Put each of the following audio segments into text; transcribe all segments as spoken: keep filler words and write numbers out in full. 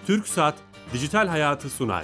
TürkSat Dijital Hayatı sunar.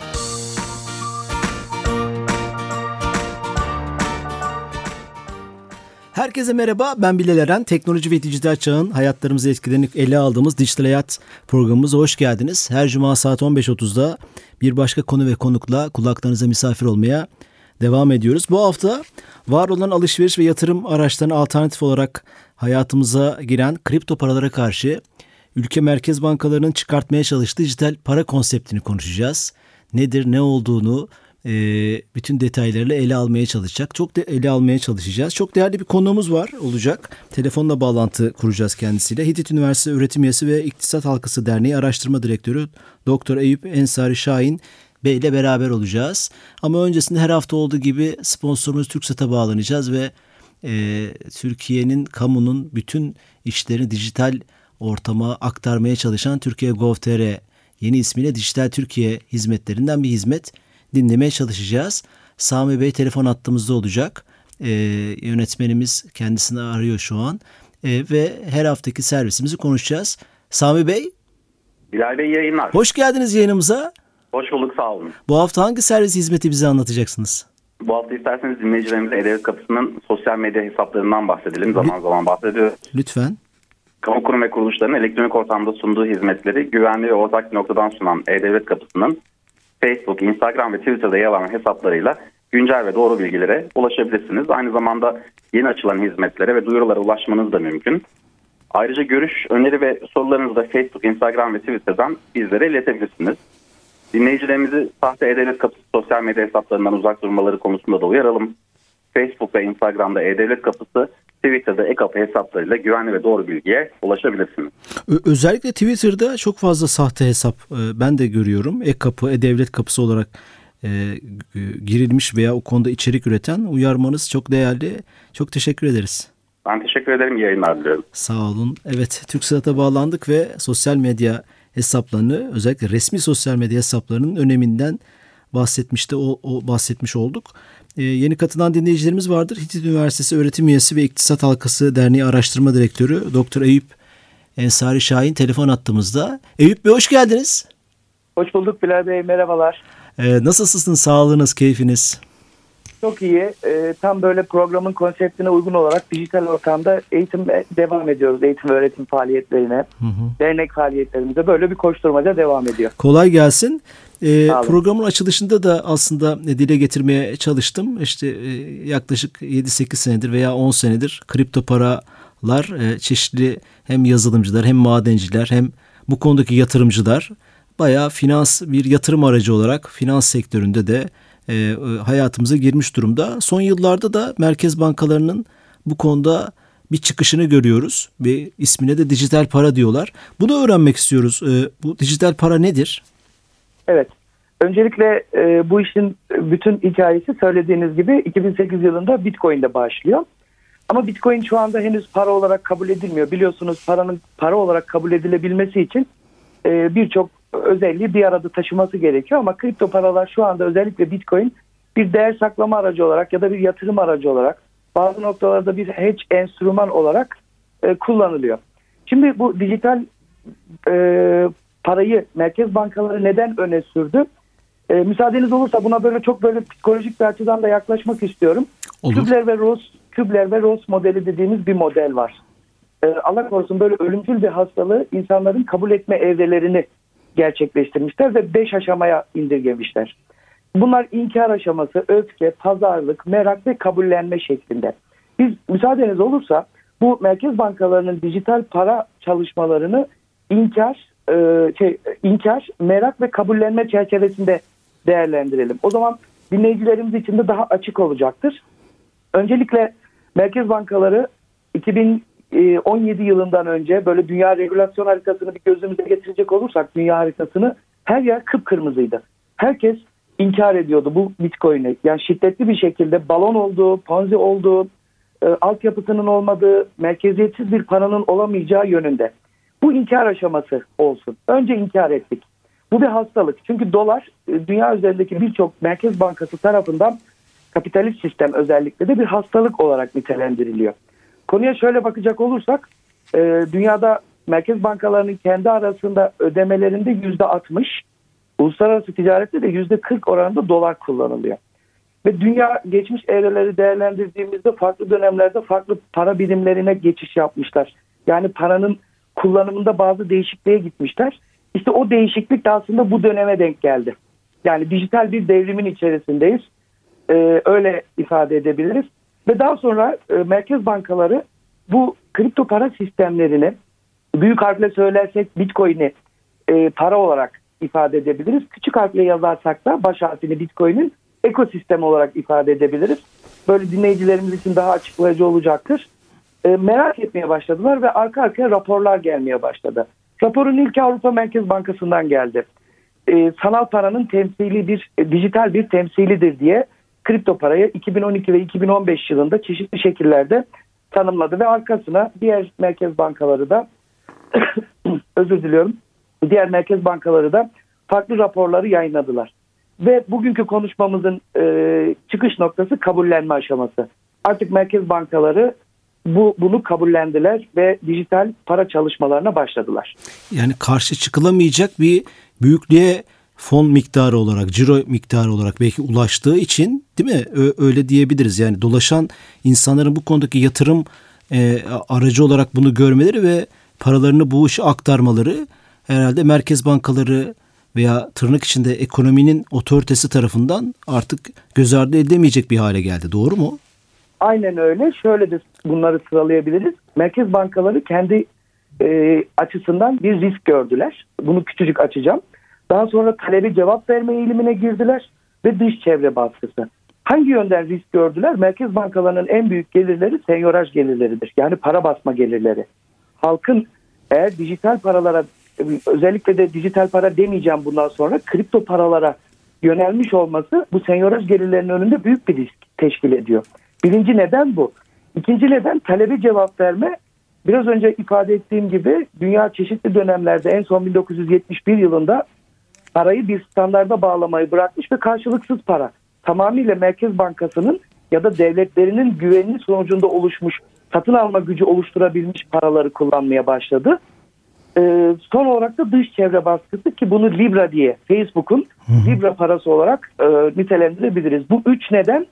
Herkese merhaba, ben Bilal Eren. Teknoloji ve dijital çağın hayatlarımızı etkilerini ele aldığımız Dijital Hayat programımıza hoş geldiniz. Her cuma saat on beş otuzda bir başka konu ve konukla kulaklarınıza misafir olmaya devam ediyoruz. Bu hafta var olan alışveriş ve yatırım araçlarına alternatif olarak hayatımıza giren kripto paralara karşı ülke merkez bankalarının çıkartmaya çalıştığı dijital para konseptini konuşacağız. Nedir, ne olduğunu e, bütün detaylarıyla ele almaya çalışacak. Çok da ele almaya çalışacağız. Çok değerli bir konuğumuz var olacak. Telefonla bağlantı kuracağız kendisiyle. Hitit Üniversitesi Öğretim Üyesi ve İktisat Halkası Derneği Araştırma Direktörü Doktor Eyüp Ensari Şahin Bey ile beraber olacağız. Ama öncesinde her hafta olduğu gibi sponsorumuz TürkSat'a bağlanacağız ve e, Türkiye'nin, kamunun bütün işlerini dijital ortama aktarmaya çalışan Türkiye nokta gov nokta tr yeni ismiyle Dijital Türkiye hizmetlerinden bir hizmet dinlemeye çalışacağız. Sami Bey telefon hattımızda olacak. Ee, yönetmenimiz kendisini arıyor şu an. Ee, ve her haftaki servisimizi konuşacağız. Sami Bey. Bilal Bey, yayınlar. Hoş geldiniz yayınımıza. Hoş bulduk, sağ olun. Bu hafta hangi servis hizmeti bize anlatacaksınız? Bu hafta isterseniz dinleyicilerimize E-Devlet Kapısı'nın sosyal medya hesaplarından bahsedelim. Zaman zaman bahsediyoruz. Lütfen. Kamu kurum ve kuruluşların elektronik ortamda sunduğu hizmetleri güvenli ve ortak bir noktadan sunan E-Devlet Kapısı'nın Facebook, Instagram ve Twitter'da yer alan hesaplarıyla güncel ve doğru bilgilere ulaşabilirsiniz. Aynı zamanda yeni açılan hizmetlere ve duyurulara ulaşmanız da mümkün. Ayrıca görüş, öneri ve sorularınızı da Facebook, Instagram ve Twitter'dan bizlere iletebilirsiniz. Dinleyicilerimizi sahte E-Devlet Kapısı sosyal medya hesaplarından uzak durmaları konusunda da uyaralım. Facebook ve Instagram'da E-Devlet Kapısı, Twitter'da e-kapı hesaplarıyla güvenli ve doğru bilgiye ulaşabilirsiniz. Ö- özellikle Twitter'da çok fazla sahte hesap e, ben de görüyorum. E-kapı, E-Devlet Kapısı olarak e, girilmiş veya o konuda içerik üreten uyarmanız çok değerli. Çok teşekkür ederiz. Ben teşekkür ederim. İyi yayınlar diliyorum. Sağ olun. Evet, TürkSat'a bağlandık ve sosyal medya hesaplarını, özellikle resmi sosyal medya hesaplarının öneminden bahsetmişti, o, o bahsetmiş olduk. Ee, yeni katılan dinleyicilerimiz vardır. Hitit Üniversitesi Öğretim Üyesi ve İktisat Halkası Derneği Araştırma Direktörü Doktor Eyüp Ensari Şahin telefon attığımızda. Eyüp Bey, hoş geldiniz. Hoş bulduk Bilal Bey, merhabalar. Ee, nasılsınız, sağlığınız, keyfiniz? Çok iyi. Ee, tam böyle programın konseptine uygun olarak dijital ortamda eğitime devam ediyoruz. Eğitim ve öğretim faaliyetlerine, hı hı. dernek faaliyetlerimize böyle bir koşturmaca devam ediyor. Kolay gelsin. Ee, programın açılışında da aslında dile getirmeye çalıştım. İşte e, yaklaşık yedi sekiz senedir veya on senedir kripto paralar e, çeşitli hem yazılımcılar hem madenciler hem bu konudaki yatırımcılar bayağı finans bir yatırım aracı olarak finans sektöründe de e, hayatımıza girmiş durumda. Son yıllarda da merkez bankalarının bu konuda bir çıkışını görüyoruz ve ismine de dijital para diyorlar. Bunu öğrenmek istiyoruz. E, bu dijital para nedir? Evet. Öncelikle e, bu işin bütün hikayesi söylediğiniz gibi iki bin sekiz yılında Bitcoin'de başlıyor. Ama Bitcoin şu anda henüz para olarak kabul edilmiyor. Biliyorsunuz paranın para olarak kabul edilebilmesi için e, birçok özelliği bir arada taşıması gerekiyor. Ama kripto paralar şu anda, özellikle Bitcoin, bir değer saklama aracı olarak ya da bir yatırım aracı olarak, bazı noktalarda bir hedge enstrüman olarak e, kullanılıyor. Şimdi bu dijital e, parayı merkez bankaları neden öne sürdü? E, müsaadeniz olursa buna böyle çok böyle psikolojik bir açıdan da yaklaşmak istiyorum. Kübler ve Ross, Kübler ve Ross modeli dediğimiz bir model var. E, Allah korusun, böyle ölümcül bir hastalığı insanların kabul etme evrelerini gerçekleştirmişler ve beş aşamaya indirgemişler. Bunlar inkar aşaması, öfke, pazarlık, merak ve kabullenme şeklinde. Biz, müsaadeniz olursa, bu merkez bankalarının dijital para çalışmalarını inkar, e, şey, inkar, merak ve kabullenme çerçevesinde değerlendirelim. O zaman dinleyicilerimiz için de daha açık olacaktır. Öncelikle merkez bankaları iki bin on yedi yılından önce böyle dünya regülasyon haritasını bir gözümüze getirecek olursak, dünya haritasını, her yer kıpkırmızıydı. Herkes inkar ediyordu bu Bitcoin'i. Yani şiddetli bir şekilde balon olduğu, ponzi olduğu, e, altyapısının olmadığı, merkeziyetsiz bir paranın olamayacağı yönünde. Bu inkar aşaması olsun. Önce inkar ettik. Bu bir hastalık. Çünkü dolar e, dünya üzerindeki birçok merkez bankası tarafından, kapitalist sistem özellikle de, bir hastalık olarak nitelendiriliyor. Konuya şöyle bakacak olursak, e, dünyada merkez bankalarının kendi arasında ödemelerinde yüzde altmış, uluslararası ticarette de yüzde kırk oranında dolar kullanılıyor. Ve dünya geçmiş evreleri değerlendirdiğimizde farklı dönemlerde farklı para birimlerine geçiş yapmışlar. Yani paranın kullanımında bazı değişikliğe gitmişler. İşte o değişiklik de aslında bu döneme denk geldi. Yani dijital bir devrimin içerisindeyiz. Ee, öyle ifade edebiliriz. Ve daha sonra e, merkez bankaları bu kripto para sistemlerini, büyük harfle söylersek Bitcoin'i e, para olarak ifade edebiliriz. Küçük harfle yazarsak da baş harfini Bitcoin'in ekosistem olarak ifade edebiliriz. Böyle dinleyicilerimiz için daha açıklayıcı olacaktır. E, merak etmeye başladılar ve arka arkaya raporlar gelmeye başladı. Raporun ilki Avrupa Merkez Bankası'ndan geldi. E, sanal paranın temsili bir, e, dijital bir temsilidir diye kripto parayı iki bin on iki ve iki bin on beş yılında çeşitli şekillerde tanımladı ve arkasına diğer merkez bankaları da özür diliyorum. Diğer merkez bankaları da farklı raporları yayınladılar. Ve bugünkü konuşmamızın e, çıkış noktası kabullenme aşaması. Artık merkez bankaları bu bunu kabullendiler ve dijital para çalışmalarına başladılar. Yani karşı çıkılamayacak bir büyüklüğe fon miktarı olarak, ciro miktarı olarak belki ulaştığı için, değil mi? Ö- öyle diyebiliriz. Yani dolaşan insanların bu konudaki yatırım e, aracı olarak bunu görmeleri ve paralarını bu işe aktarmaları herhalde merkez bankaları veya tırnak içinde ekonominin otoritesi tarafından artık göz ardı edilemeyecek bir hale geldi. Doğru mu? Aynen öyle. Şöyle de bunları sıralayabiliriz. Merkez bankaları kendi e, açısından bir risk gördüler. Bunu küçücük açacağım. Daha sonra talebe cevap verme eğilimine girdiler ve dış çevre baskısı. Hangi yönden risk gördüler? Merkez bankalarının en büyük gelirleri senyoraj gelirleridir. Yani para basma gelirleri. Halkın eğer dijital paralara, özellikle de dijital para demeyeceğim bundan sonra, kripto paralara yönelmiş olması bu senyoraj gelirlerinin önünde büyük bir risk teşkil ediyor. Birinci neden bu. İkinci neden talebe cevap verme. Biraz önce ifade ettiğim gibi dünya çeşitli dönemlerde, en son bin dokuz yüz yetmiş bir yılında parayı bir standarda bağlamayı bırakmış ve karşılıksız para, tamamıyla Merkez Bankası'nın ya da devletlerinin güvenli sonucunda oluşmuş, satın alma gücü oluşturabilmiş paraları kullanmaya başladı. Ee, son olarak da dış çevre baskısı, ki bunu Libra diye, Facebook'un Libra parası olarak e, nitelendirebiliriz. Bu üç neden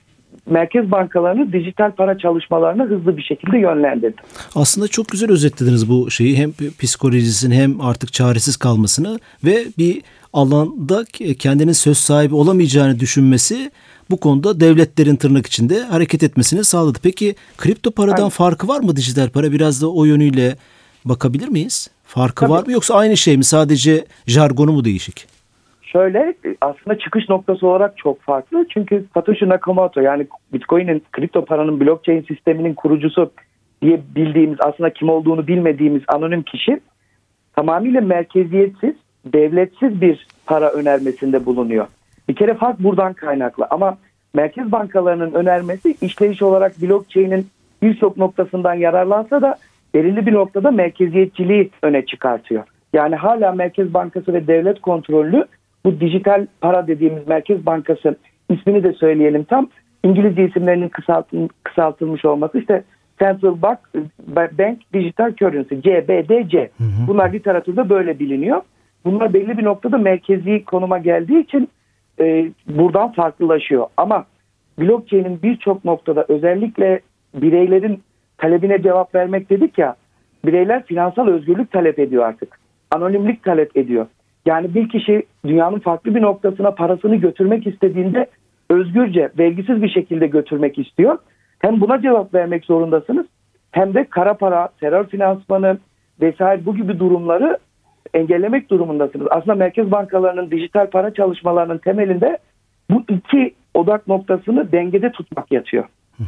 merkez bankalarının dijital para çalışmalarını hızlı bir şekilde yönlendirdi. Aslında çok güzel özetlediniz bu şeyi. Hem psikolojisini hem artık çaresiz kalmasını ve bir alanda kendinin söz sahibi olamayacağını düşünmesi bu konuda devletlerin tırnak içinde hareket etmesini sağladı. Peki kripto paradan Aynen. farkı var mı dijital para? Biraz da o yönüyle bakabilir miyiz? Farkı Tabii. var mı yoksa aynı şey mi? Sadece jargonu mu değişik? Şöyle, aslında çıkış noktası olarak çok farklı. Çünkü Satoshi Nakamoto, yani Bitcoin'in, kripto paranın blockchain sisteminin kurucusu diye bildiğimiz, aslında kim olduğunu bilmediğimiz anonim kişi tamamıyla merkeziyetsiz, devletsiz bir para önermesinde bulunuyor. Bir kere fark buradan kaynaklı. Ama merkez bankalarının önermesi işleyiş olarak blockchain'in birçok noktasından yararlansa da belirli bir noktada merkeziyetçiliği öne çıkartıyor. Yani hala Merkez Bankası ve devlet kontrollü bu dijital para dediğimiz Merkez Bankası, ismini de söyleyelim tam, İngilizce isimlerinin kısaltıl, kısaltılmış olması, işte Central Bank, Bank Digital Currency, C B D C. Hı hı. Bunlar literatürde böyle biliniyor. Bunlar belli bir noktada merkezi konuma geldiği için e, buradan farklılaşıyor. Ama blockchain'in birçok noktada, özellikle bireylerin talebine cevap vermek dedik ya, bireyler finansal özgürlük talep ediyor artık. Anonimlik talep ediyor. Yani bir kişi dünyanın farklı bir noktasına parasını götürmek istediğinde özgürce, vergisiz bir şekilde götürmek istiyor. Hem buna cevap vermek zorundasınız, hem de kara para, terör finansmanı vesaire bu gibi durumları engellemek durumundasınız. Aslında merkez bankalarının dijital para çalışmalarının temelinde bu iki odak noktasını dengede tutmak yatıyor.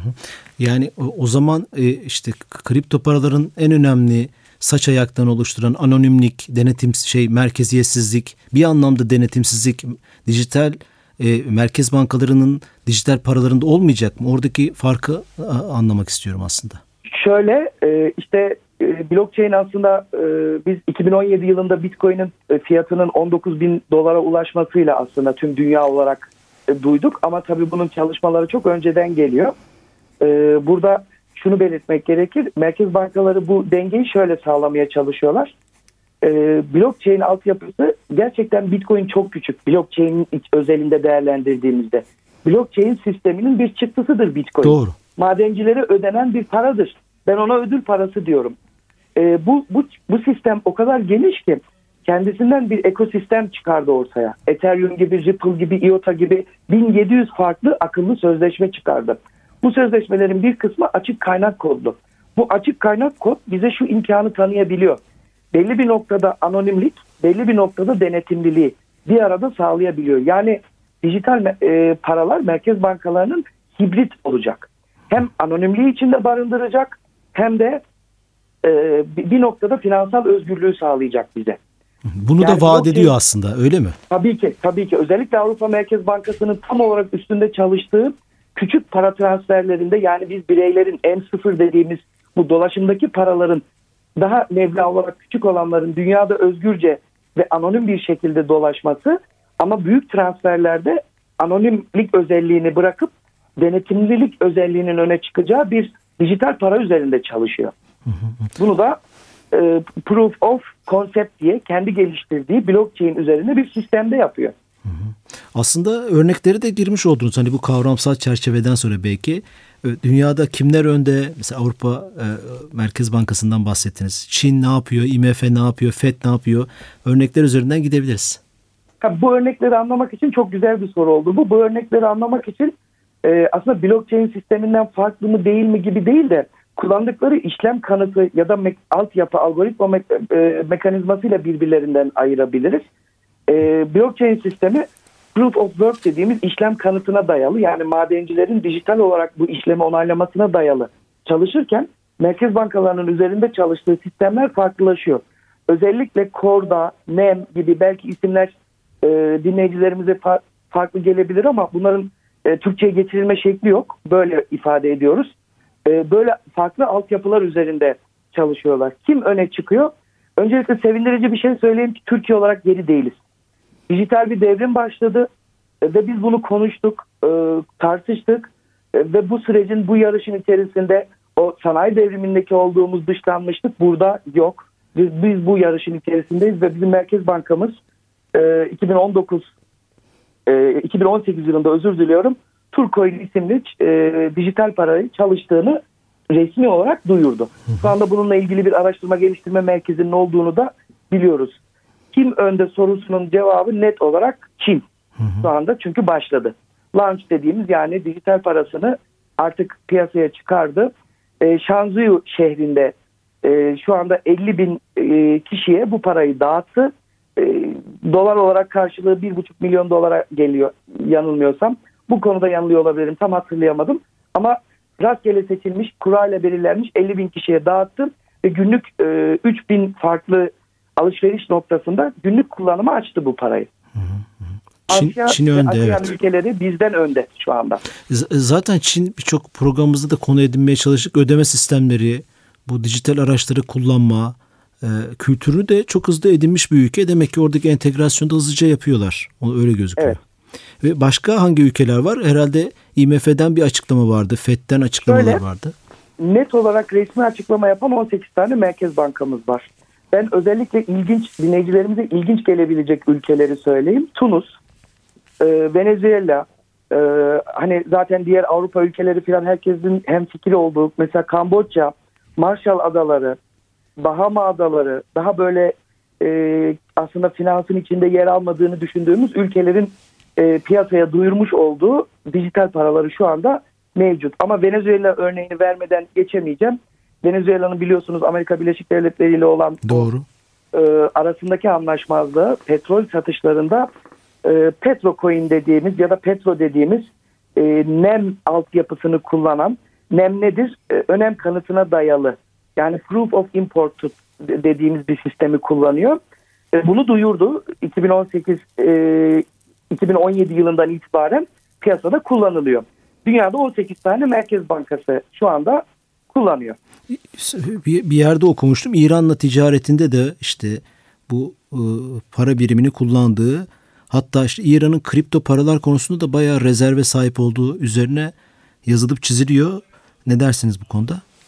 Yani o zaman işte kripto paraların en önemli saç ayaktan oluşturan anonimlik, denetim şey merkeziyetsizlik, bir anlamda denetimsizlik dijital e, merkez bankalarının dijital paralarında olmayacak mı? Oradaki farkı a, anlamak istiyorum aslında. Şöyle e, işte e, blockchain aslında e, biz iki bin on yedi yılında Bitcoin'in e, fiyatının on dokuz bin dolara ulaşmasıyla aslında tüm dünya olarak e, duyduk. Ama tabii bunun çalışmaları çok önceden geliyor. E, burada şunu belirtmek gerekir. Merkez bankaları bu dengeyi şöyle sağlamaya çalışıyorlar. Ee, blockchain altyapısı gerçekten Bitcoin çok küçük. Blockchain'in özelinde değerlendirdiğimizde. Blockchain sisteminin bir çıktısıdır Bitcoin. Doğru. Madencilere ödenen bir paradır. Ben ona ödül parası diyorum. Ee, bu, bu, bu sistem o kadar geniş ki kendisinden bir ekosistem çıkardı ortaya. Ethereum gibi, Ripple gibi, I O T A gibi bin yedi yüz farklı akıllı sözleşme çıkardı. Bu sözleşmelerin bir kısmı açık kaynak kodlu. Bu açık kaynak kod bize şu imkanı tanıyabiliyor. Belli bir noktada anonimlik, belli bir noktada denetimliliği bir arada sağlayabiliyor. Yani dijital e, paralar merkez bankalarının hibrit olacak. Hem anonimliği içinde barındıracak hem de e, bir noktada finansal özgürlüğü sağlayacak bize. Bunu yani da vaat blockchain- ediyor aslında, öyle mi? Tabii ki, tabii ki. Özellikle Avrupa Merkez Bankası'nın tam olarak üstünde çalıştığı küçük para transferlerinde, yani biz bireylerin M sıfır dediğimiz bu dolaşımdaki paraların daha meblağ olarak küçük olanların dünyada özgürce ve anonim bir şekilde dolaşması, ama büyük transferlerde anonimlik özelliğini bırakıp denetimlilik özelliğinin öne çıkacağı bir dijital para üzerinde çalışıyor. Bunu da e, Proof of Concept diye kendi geliştirdiği blockchain üzerine bir sistemde yapıyor. Aslında örnekleri de girmiş oldunuz. Hani bu kavramsal çerçeveden sonra belki dünyada kimler önde? Mesela Avrupa e, Merkez Bankası'ndan bahsettiniz. Çin ne yapıyor? I M F ne yapıyor? F E D ne yapıyor? Örnekler üzerinden gidebiliriz. Ha, bu örnekleri anlamak için çok güzel bir soru oldu. Bu, bu örnekleri anlamak için e, aslında blockchain sisteminden farklı mı değil mi gibi değil de kullandıkları işlem kanıtı ya da me- altyapı, algoritma me- e, mekanizmasıyla birbirlerinden ayırabiliriz. E, blockchain sistemi Proof of Work dediğimiz işlem kanıtına dayalı, yani madencilerin dijital olarak bu işlemi onaylamasına dayalı çalışırken merkez bankalarının üzerinde çalıştığı sistemler farklılaşıyor. Özellikle Corda, Nem gibi belki isimler e, dinleyicilerimize fa- farklı gelebilir ama bunların e, Türkçe'ye getirilme şekli yok. Böyle ifade ediyoruz. E, böyle farklı altyapılar üzerinde çalışıyorlar. Kim öne çıkıyor? Öncelikle sevindirici bir şey söyleyeyim ki Türkiye olarak geri değiliz. Dijital bir devrim başladı e, ve biz bunu konuştuk, e, tartıştık e, ve bu sürecin, bu yarışın içerisinde o sanayi devrimindeki olduğumuz dışlanmışlık burada yok. Biz, biz bu yarışın içerisindeyiz ve bizim Merkez Bankamız e, iki bin on dokuz e, iki bin on sekiz yılında, özür diliyorum, Turcoin isimli e, dijital parayı çalıştığını resmi olarak duyurdu. Şu anda bununla ilgili bir araştırma geliştirme merkezinin olduğunu da biliyoruz. Kim önde sorusunun cevabı net olarak Çin. Şu anda çünkü başladı. Launch dediğimiz, yani dijital parasını artık piyasaya çıkardı. E, Şanzhou şehrinde e, şu anda elli bin e, kişiye bu parayı dağıttı. E, dolar olarak karşılığı bir buçuk milyon dolara geliyor yanılmıyorsam. Bu konuda yanılıyor olabilirim, tam hatırlayamadım. Ama rastgele seçilmiş, kurayla belirlenmiş elli bin kişiye dağıttı ve günlük e, üç bin farklı alışveriş noktasında günlük kullanıma açtı bu parayı. Çin, Asya Çin ve önde, ASEAN evet. ülkeleri bizden önde şu anda. Z- zaten Çin birçok programımızda da konu edinmeye çalıştık. Ödeme sistemleri, bu dijital araçları kullanma e, kültürünü de çok hızlı edinmiş bir ülke. Demek ki oradaki entegrasyonu da hızlıca yapıyorlar. Onu öyle gözüküyor. Evet. Ve başka hangi ülkeler var? Herhalde I M F'den bir açıklama vardı. F E D'den açıklamalar Şöyle, vardı. Net olarak resmi açıklama yapan on sekiz tane merkez bankamız var. Ben özellikle ilginç, dinleyicilerimize ilginç gelebilecek ülkeleri söyleyeyim. Tunus, e, Venezuela, e, hani zaten diğer Avrupa ülkeleri falan herkesin hemfikri olduğu, mesela Kamboçya, Marshall Adaları, Bahama Adaları, daha böyle e, aslında finansın içinde yer almadığını düşündüğümüz ülkelerin e, piyasaya duyurmuş olduğu dijital paraları şu anda mevcut. Ama Venezuela örneğini vermeden geçemeyeceğim. Venezuela'nın biliyorsunuz Amerika Birleşik Devletleri ile olan Doğru. e, arasındaki anlaşmazlığı petrol satışlarında e, Petrocoin dediğimiz ya da Petro dediğimiz e, Nem altyapısını kullanan, Nem nedir? E, önem kanıtına dayalı, yani Proof of Import dediğimiz bir sistemi kullanıyor. E, bunu duyurdu. iki bin on sekiz e, iki bin on yedi yılından itibaren piyasada kullanılıyor. Dünyada on sekiz tane merkez bankası şu anda kullanıyor. Bir, bir yerde okumuştum. İran'la ticaretinde de işte bu e, para birimini kullandığı, hatta işte İran'ın kripto paralar konusunda da bayağı rezerve sahip olduğu üzerine yazılıp çiziliyor. Ne dersiniz bu konuda?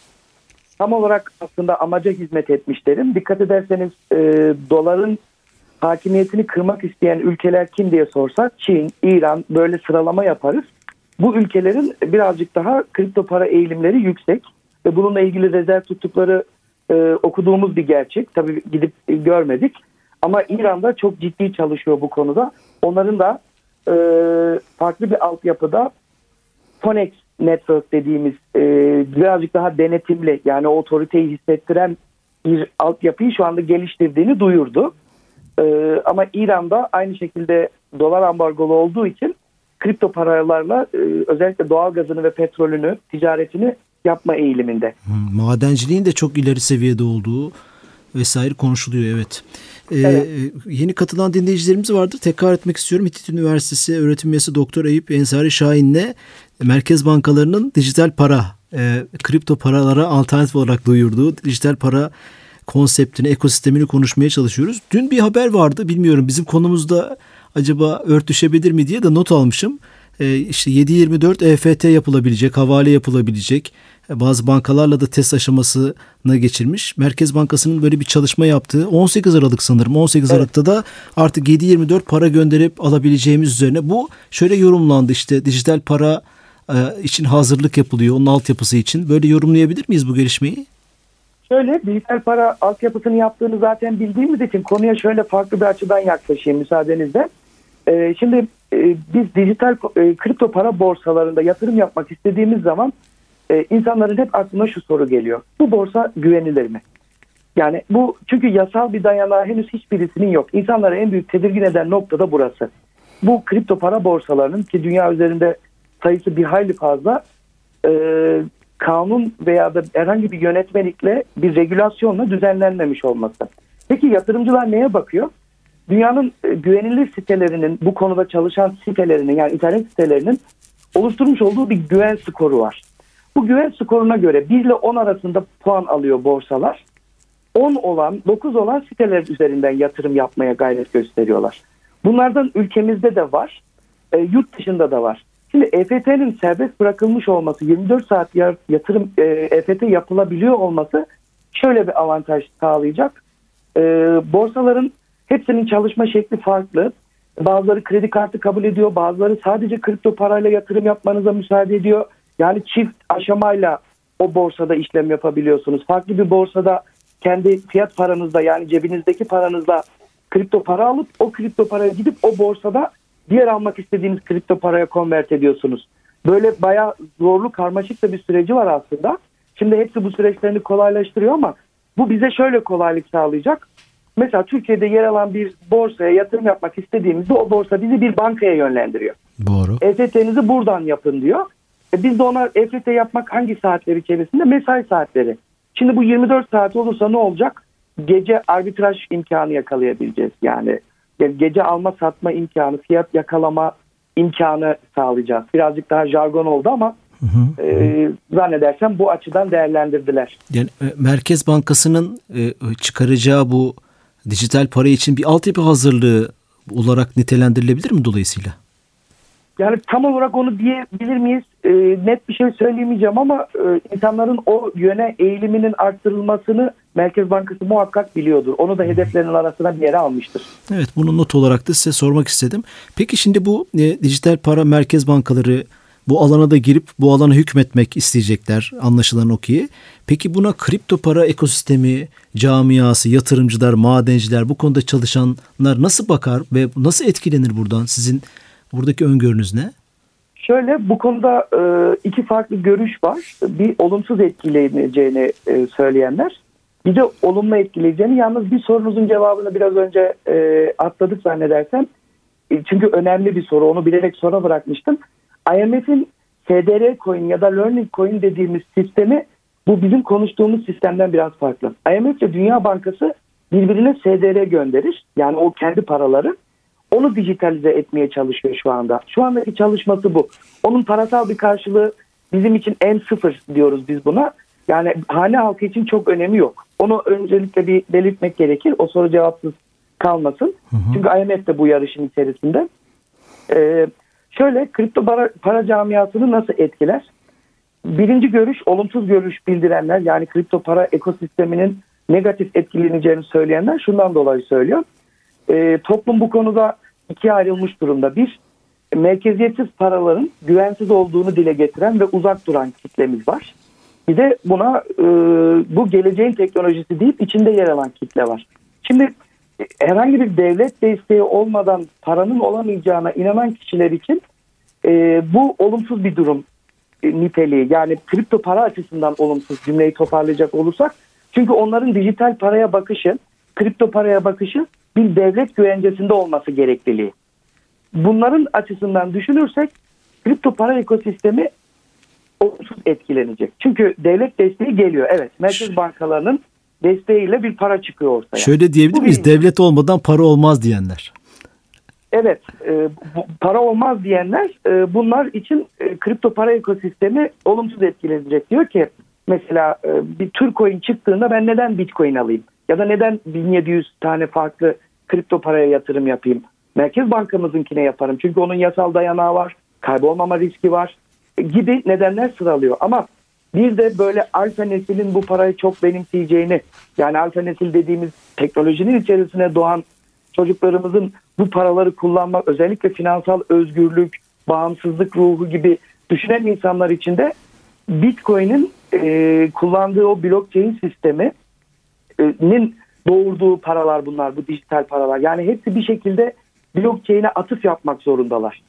tam olarak aslında amaca hizmet etmiş derim. Dikkat ederseniz e, doların hakimiyetini kırmak isteyen ülkeler kim diye sorsak Çin, İran böyle sıralama yaparız. Bu ülkelerin birazcık daha kripto para eğilimleri yüksek ve bununla ilgili rezerv tuttukları e, okuduğumuz bir gerçek. Tabii gidip e, görmedik ama İran'da çok ciddi çalışıyor bu konuda. Onların da e, farklı bir altyapıda Fonex Network dediğimiz e, birazcık daha denetimli, yani otoriteyi hissettiren bir altyapıyı şu anda geliştirdiğini duyurdu. E, ama İran'da aynı şekilde dolar ambargolu olduğu için kripto paralarla e, özellikle doğal gazını ve petrolünü, ticaretini yapma eğiliminde. Hmm, madenciliğin de çok ileri seviyede olduğu vesaire konuşuluyor, evet. Ee, evet. Yeni katılan dinleyicilerimiz vardır. Tekrar etmek istiyorum. İTÜ Üniversitesi öğretim üyesi Doktor Eyüp Ensari Şahin'le merkez bankalarının dijital para, e, kripto paralara alternatif olarak duyurduğu dijital para konseptini, ekosistemini konuşmaya çalışıyoruz. Dün bir haber vardı. Bilmiyorum bizim konumuzda acaba örtüşebilir mi diye de not almışım. Ee, işte yedi yirmi dört E F T yapılabilecek, havale yapılabilecek. Bazı bankalarla da test aşamasına geçirmiş. Merkez Bankası'nın böyle bir çalışma yaptığı on sekiz Aralık sanırım. on sekiz evet. Aralık'ta da artık yedi yirmi dört para gönderip alabileceğimiz üzerine. Bu şöyle yorumlandı, işte dijital para için hazırlık yapılıyor. Onun altyapısı için. Böyle yorumlayabilir miyiz bu gelişmeyi? Şöyle, dijital para altyapısını yaptığını zaten bildiğimiz için konuya şöyle farklı bir açıdan yaklaşayım müsaadenizle. Ee, şimdi e, biz dijital e, kripto para borsalarında yatırım yapmak istediğimiz zaman e, insanların hep aklına şu soru geliyor. Bu borsa güvenilir mi? Yani bu, çünkü yasal bir dayanağı henüz hiçbirisinin yok. İnsanları en büyük tedirgin eden nokta da burası. Bu kripto para borsalarının, ki dünya üzerinde sayısı bir hayli fazla, e, kanun veya da herhangi bir yönetmelikle, bir regülasyonla düzenlenmemiş olması. Peki yatırımcılar neye bakıyor? Dünyanın e, güvenilir sitelerinin, bu konuda çalışan sitelerinin, yani internet sitelerinin oluşturmuş olduğu bir güven skoru var. Bu güven skoruna göre bir ile on arasında puan alıyor borsalar. on olan, dokuz olan siteler üzerinden yatırım yapmaya gayret gösteriyorlar. Bunlardan ülkemizde de var, e, yurt dışında da var. Şimdi E F T'nin serbest bırakılmış olması, yirmi dört saat yatırım e, E F T yapılabiliyor olması şöyle bir avantaj sağlayacak. E, borsaların hepsinin çalışma şekli farklı. Bazıları kredi kartı kabul ediyor, bazıları sadece kripto parayla yatırım yapmanıza müsaade ediyor. Yani çift aşamayla o borsada işlem yapabiliyorsunuz. Farklı bir borsada kendi fiyat paranızla, yani cebinizdeki paranızla kripto para alıp o kripto paraya gidip o borsada diğer almak istediğiniz kripto paraya konvert ediyorsunuz. Böyle bayağı zorlu, karmaşık da bir süreci var aslında. Şimdi hepsi bu süreçlerini kolaylaştırıyor ama bu bize şöyle kolaylık sağlayacak. Mesela Türkiye'de yer alan bir borsaya yatırım yapmak istediğimizde o borsa bizi bir bankaya yönlendiriyor. Doğru. E F T'nizi buradan yapın diyor. E biz de ona E F T yapmak hangi saatler içerisinde? Mesai saatleri. Şimdi bu yirmi dört saat olursa ne olacak? Gece arbitraj imkanı yakalayabileceğiz. Yani gece alma satma imkanı, fiyat yakalama imkanı sağlayacağız. Birazcık daha jargon oldu ama hı hı. E, zannedersem bu açıdan değerlendirdiler. Yani e, Merkez Bankası'nın e, çıkaracağı bu dijital para için bir altyapı hazırlığı olarak nitelendirilebilir mi dolayısıyla? Yani tam olarak onu diyebilir miyiz? E, net bir şey söyleyemeyeceğim ama e, insanların o yöne eğiliminin arttırılmasını Merkez Bankası muhakkak biliyordur. Onu da hedeflerinin arasına bir yere almıştır. Evet, bunu not olarak da size sormak istedim. Peki şimdi bu e, dijital para merkez bankaları bu alana da girip bu alana hükmetmek isteyecekler, anlaşılan o ki. Peki buna kripto para ekosistemi, camiası, yatırımcılar, madenciler, bu konuda çalışanlar nasıl bakar ve nasıl etkilenir buradan? Sizin buradaki öngörünüz ne? Şöyle, bu konuda e, iki farklı görüş var. Bir, olumsuz etkileyeceğini e, söyleyenler. Bir de olumlu etkileyeceğini. Yalnız bir sorunuzun cevabını biraz önce e, atladık zannedersem. E, çünkü önemli bir soru. Onu bilerek sona bırakmıştım. I M F'in S D R Coin ya da Learning Coin dediğimiz sistemi, bu bizim konuştuğumuz sistemden biraz farklı. I M F ile Dünya Bankası birbirine S D R gönderir. Yani o kendi paraları. Onu dijitalize etmeye çalışıyor şu anda. Şu andaki çalışması bu. Onun parasal bir karşılığı bizim için M sıfır diyoruz biz buna. Yani hane halkı için çok önemi yok. Onu öncelikle bir belirtmek gerekir. O soru cevapsız kalmasın. Hı hı. Çünkü I M F de bu yarışın içerisinde. Ee, şöyle, kripto para, para camiasını nasıl etkiler? birinci görüş, olumsuz görüş bildirenler, yani kripto para ekosisteminin negatif etkileneceğini söyleyenler şundan dolayı söylüyor. E, toplum bu konuda ikiye ayrılmış durumda. Bir, merkeziyetsiz paraların güvensiz olduğunu dile getiren ve uzak duran kitlemiz var. Bir de buna e, bu geleceğin teknolojisi deyip içinde yer alan kitle var. Şimdi e, herhangi bir devlet desteği olmadan paranın olamayacağına inanan kişiler için e, bu olumsuz bir durum e, niteliği. Yani kripto para açısından olumsuz, cümleyi toparlayacak olursak. Çünkü onların dijital paraya bakışı, kripto paraya bakışı bir devlet güvencesinde olması gerekliliği. Bunların açısından düşünürsek kripto para ekosistemi olumsuz etkilenecek. Çünkü devlet desteği geliyor. Evet, merkez bankalarının desteğiyle bir para çıkıyor ortaya. Şöyle diyebilir miyiz? Devlet olmadan para olmaz diyenler. Evet, e, bu, para olmaz diyenler e, bunlar için e, kripto para ekosistemi olumsuz etkilenecek. Diyor ki mesela e, bir Türkoin çıktığında ben neden Bitcoin alayım? Ya da neden bin yedi yüz tane farklı kripto paraya yatırım yapayım? Merkez bankamızınkine yaparım. Çünkü onun yasal dayanağı var, kaybolmama riski var e, gibi nedenler sıralıyor. Ama bir de böyle alfa neslin bu parayı çok benimseyeceğini, yani alfa nesil dediğimiz teknolojinin içerisine doğan çocuklarımızın bu paraları kullanmak, özellikle finansal özgürlük, bağımsızlık ruhu gibi düşünen insanlar için de Bitcoin'in e, kullandığı o blockchain sisteminin doğurduğu paralar bunlar, bu dijital paralar. Yani hepsi bir şekilde blockchain'e atıf yapmak zorundalar.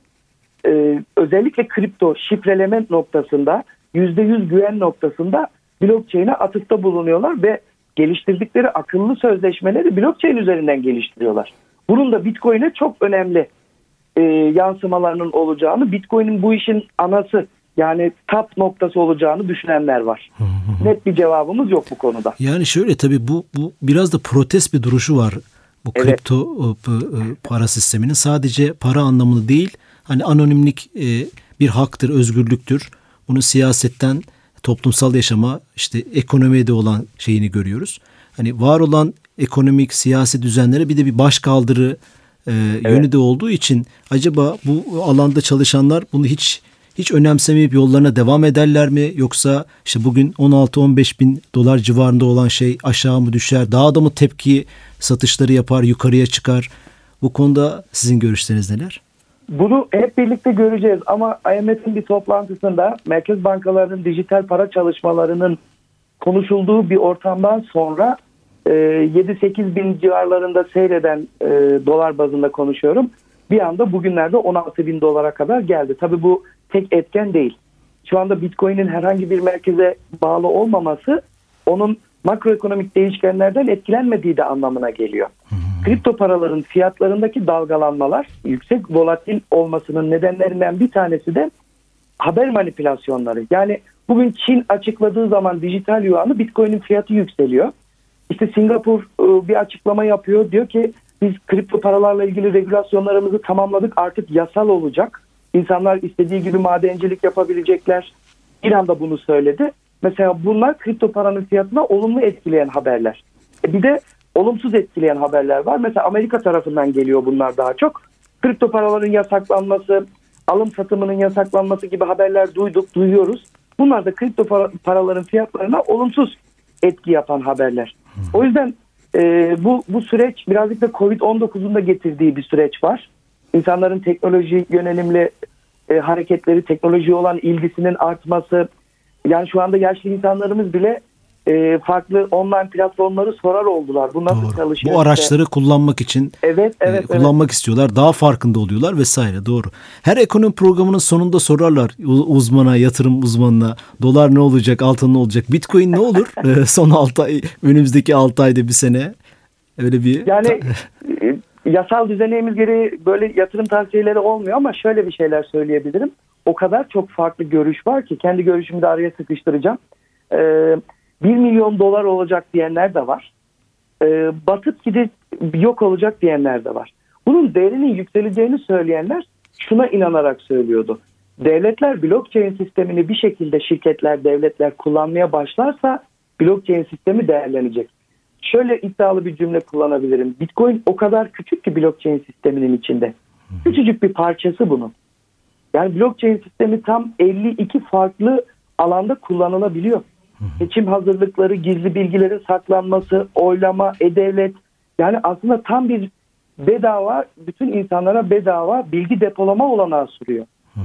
E, özellikle kripto şifreleme noktasında, yüzde yüz güven noktasında blockchain'e atıfta bulunuyorlar ve geliştirdikleri akıllı sözleşmeleri blockchain üzerinden geliştiriyorlar. Bunun da Bitcoin'e çok önemli e, yansımalarının olacağını, Bitcoin'in bu işin anası, yani tap noktası olacağını düşünenler var. Net bir cevabımız yok bu konuda. Yani şöyle, tabii bu bu biraz da protest bir duruşu var bu Evet. kripto e, para sisteminin. Sadece para anlamında değil, hani anonimlik e, bir haktır, özgürlüktür. Bunu siyasetten toplumsal yaşama, işte ekonomiye de olan şeyini görüyoruz. Hani var olan ekonomik, siyasi düzenlere bir de bir başkaldırı e, Evet. yönü de olduğu için acaba bu alanda çalışanlar bunu hiç hiç önemsemeyip yollarına devam ederler mi? Yoksa işte bugün on altı on beş bin dolar civarında olan şey aşağı mı düşer? Daha da mı tepki satışları yapar, yukarıya çıkar? Bu konuda sizin görüşleriniz neler? Bunu hep birlikte göreceğiz ama I M F'in bir toplantısında merkez bankalarının dijital para çalışmalarının konuşulduğu bir ortamdan sonra e, yedi sekiz bin civarlarında seyreden e, dolar bazında konuşuyorum. Bir anda bugünlerde on altı bin dolara kadar geldi. Tabii bu tek etken değil. Şu anda Bitcoin'in herhangi bir merkeze bağlı olmaması onun makroekonomik değişkenlerden etkilenmediği de anlamına geliyor. Kripto paraların fiyatlarındaki dalgalanmalar, yüksek volatil olmasının nedenlerinden bir tanesi de haber manipülasyonları. Yani bugün Çin açıkladığı zaman dijital yuanı, Bitcoin'in fiyatı yükseliyor. İşte Singapur bir açıklama yapıyor. Diyor ki biz kripto paralarla ilgili regülasyonlarımızı tamamladık, artık yasal olacak. İnsanlar istediği gibi madencilik yapabilecekler. İran da bunu söyledi. Mesela bunlar kripto paranın fiyatına olumlu etkileyen haberler. E bir de olumsuz etkileyen haberler var. Mesela Amerika tarafından geliyor bunlar daha çok. Kripto paraların yasaklanması, alım satımının yasaklanması gibi haberler duyduk, duyuyoruz. Bunlar da kripto para, paraların fiyatlarına olumsuz etki yapan haberler. O yüzden e, bu bu süreç birazcık da kovid on dokuzun da getirdiği bir süreç var. İnsanların teknoloji yönelimli e, hareketleri, teknolojiye olan ilgisinin artması. Yani şu anda yaşlı insanlarımız bile e, farklı online platformları sorar oldular. Bu nasıl Doğru. çalışıyor? Bu araçları kullanmak için Evet, evet, e, kullanmak evet. istiyorlar. Daha farkında oluyorlar vesaire. Doğru. Her ekonomi programının sonunda sorarlar uzmana, yatırım uzmanına, dolar ne olacak, altın ne olacak, Bitcoin ne olur? e, son altı ay, önümüzdeki altı ayda bir sene öyle bir... Yani e, yasal düzenimiz gereği böyle yatırım tavsiyeleri olmuyor ama şöyle bir şeyler söyleyebilirim. O kadar çok farklı görüş var ki kendi görüşümü de araya sıkıştıracağım. Ee, bir milyon dolar olacak diyenler de var. Ee, batıp gidip yok olacak diyenler de var. Bunun değerinin yükseleceğini söyleyenler şuna inanarak söylüyordu. Devletler blockchain sistemini bir şekilde şirketler, devletler kullanmaya başlarsa blockchain sistemi değerlenecek. Şöyle iddialı bir cümle kullanabilirim. Bitcoin o kadar küçük ki blockchain sisteminin içinde. Küçücük bir parçası bunun. Yani blockchain sistemi tam elli iki farklı alanda kullanılabiliyor. Seçim hazırlıkları, gizli bilgilerin saklanması, oylama, e-devlet, yani aslında tam bir bedava, bütün insanlara bedava bilgi depolama olanağı sunuyor. Hı hı.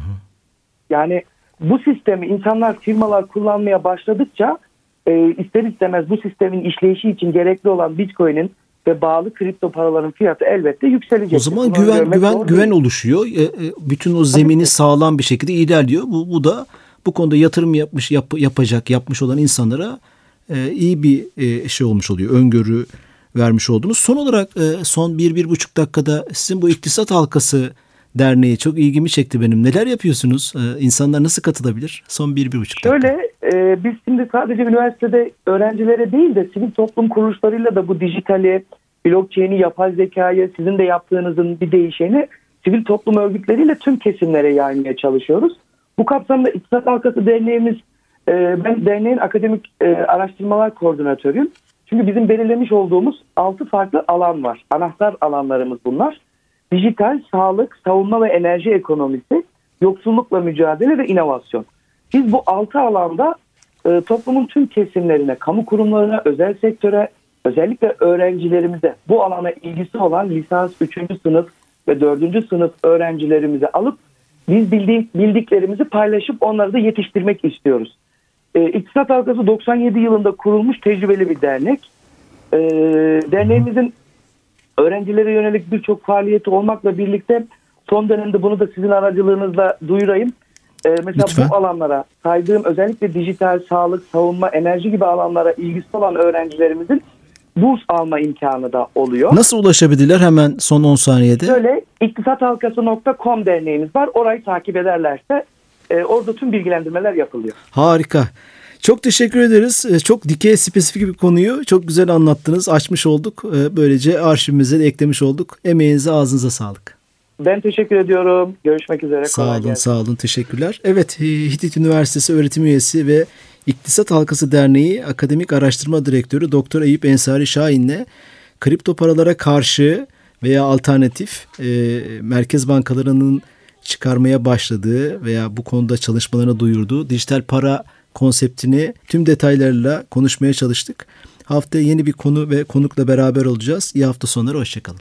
Yani bu sistemi insanlar, firmalar kullanmaya başladıkça e, ister istemez bu sistemin işleyişi için gerekli olan Bitcoin'in ve bağlı kripto paraların fiyatı elbette yükselecek. O zaman Bunu güven güven güven oluşuyor. E, e, bütün o zemini Tabii. sağlam bir şekilde ilerliyor. Bu bu da bu konuda yatırım yapmış yap, yapacak yapmış olan insanlara e, iyi bir e, şey olmuş oluyor. Öngörü vermiş oldunuz. Son olarak e, son bir bir buçuk dakikada sizin bu İktisat Halkası Derneği çok ilgimi çekti benim. Neler yapıyorsunuz? Ee, insanlar nasıl katılabilir? Son bir, bir buçuk dakika. Şöyle, e, biz şimdi sadece üniversitede öğrencilere değil de sivil toplum kuruluşlarıyla da bu dijitali, blockchain'i, yapay zekayı, sizin de yaptığınızın bir değişeni sivil toplum örgütleriyle tüm kesimlere yaymaya çalışıyoruz. Bu kapsamda İktisat Halkası Derneğimiz, e, ben derneğin akademik e, araştırmalar koordinatörüyüm. Çünkü bizim belirlemiş olduğumuz altı farklı alan var. Anahtar alanlarımız bunlar. Dijital, sağlık, savunma ve enerji ekonomisi, yoksullukla mücadele ve inovasyon. Biz bu altı alanda e, toplumun tüm kesimlerine, kamu kurumlarına, özel sektöre, özellikle öğrencilerimize, bu alana ilgisi olan lisans üçüncü sınıf ve dördüncü sınıf öğrencilerimizi alıp biz bildik, bildiklerimizi paylaşıp onları da yetiştirmek istiyoruz. E, İktisat Halkası doksan yedi yılında kurulmuş tecrübeli bir dernek. E, derneğimizin öğrencilere yönelik birçok faaliyeti olmakla birlikte son dönemde bunu da sizin aracılığınızla duyurayım. Ee, mesela Lütfen. Bu alanlara saydığım özellikle dijital, sağlık, savunma, enerji gibi alanlara ilgisi olan öğrencilerimizin burs alma imkanı da oluyor. Nasıl ulaşabilirler hemen son on saniyede? Şöyle iktisathalkası nokta com derneğimiz var. Orayı takip ederlerse e, orada tüm bilgilendirmeler yapılıyor. Harika. Çok teşekkür ederiz. Çok dikey spesifik bir konuyu çok güzel anlattınız. Açmış olduk. Böylece arşivimize de eklemiş olduk. Emeğinize, ağzınıza sağlık. Ben teşekkür ediyorum. Görüşmek üzere. Sağ olun, sağ olun. Teşekkürler. Evet, Hitit Üniversitesi öğretim üyesi ve İktisat Halkası Derneği Akademik Araştırma Direktörü Doktor Eyüp Ensari Şahin'le kripto paralara karşı veya alternatif e, merkez bankalarının çıkarmaya başladığı veya bu konuda çalışmalarını duyurduğu dijital para konseptini tüm detaylarıyla konuşmaya çalıştık. Haftaya yeni bir konu ve konukla beraber olacağız. İyi hafta sonları, hoşçakalın.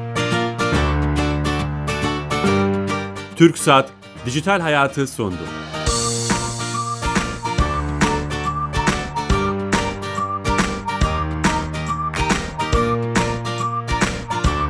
TürkSat Dijital Hayatı sondu.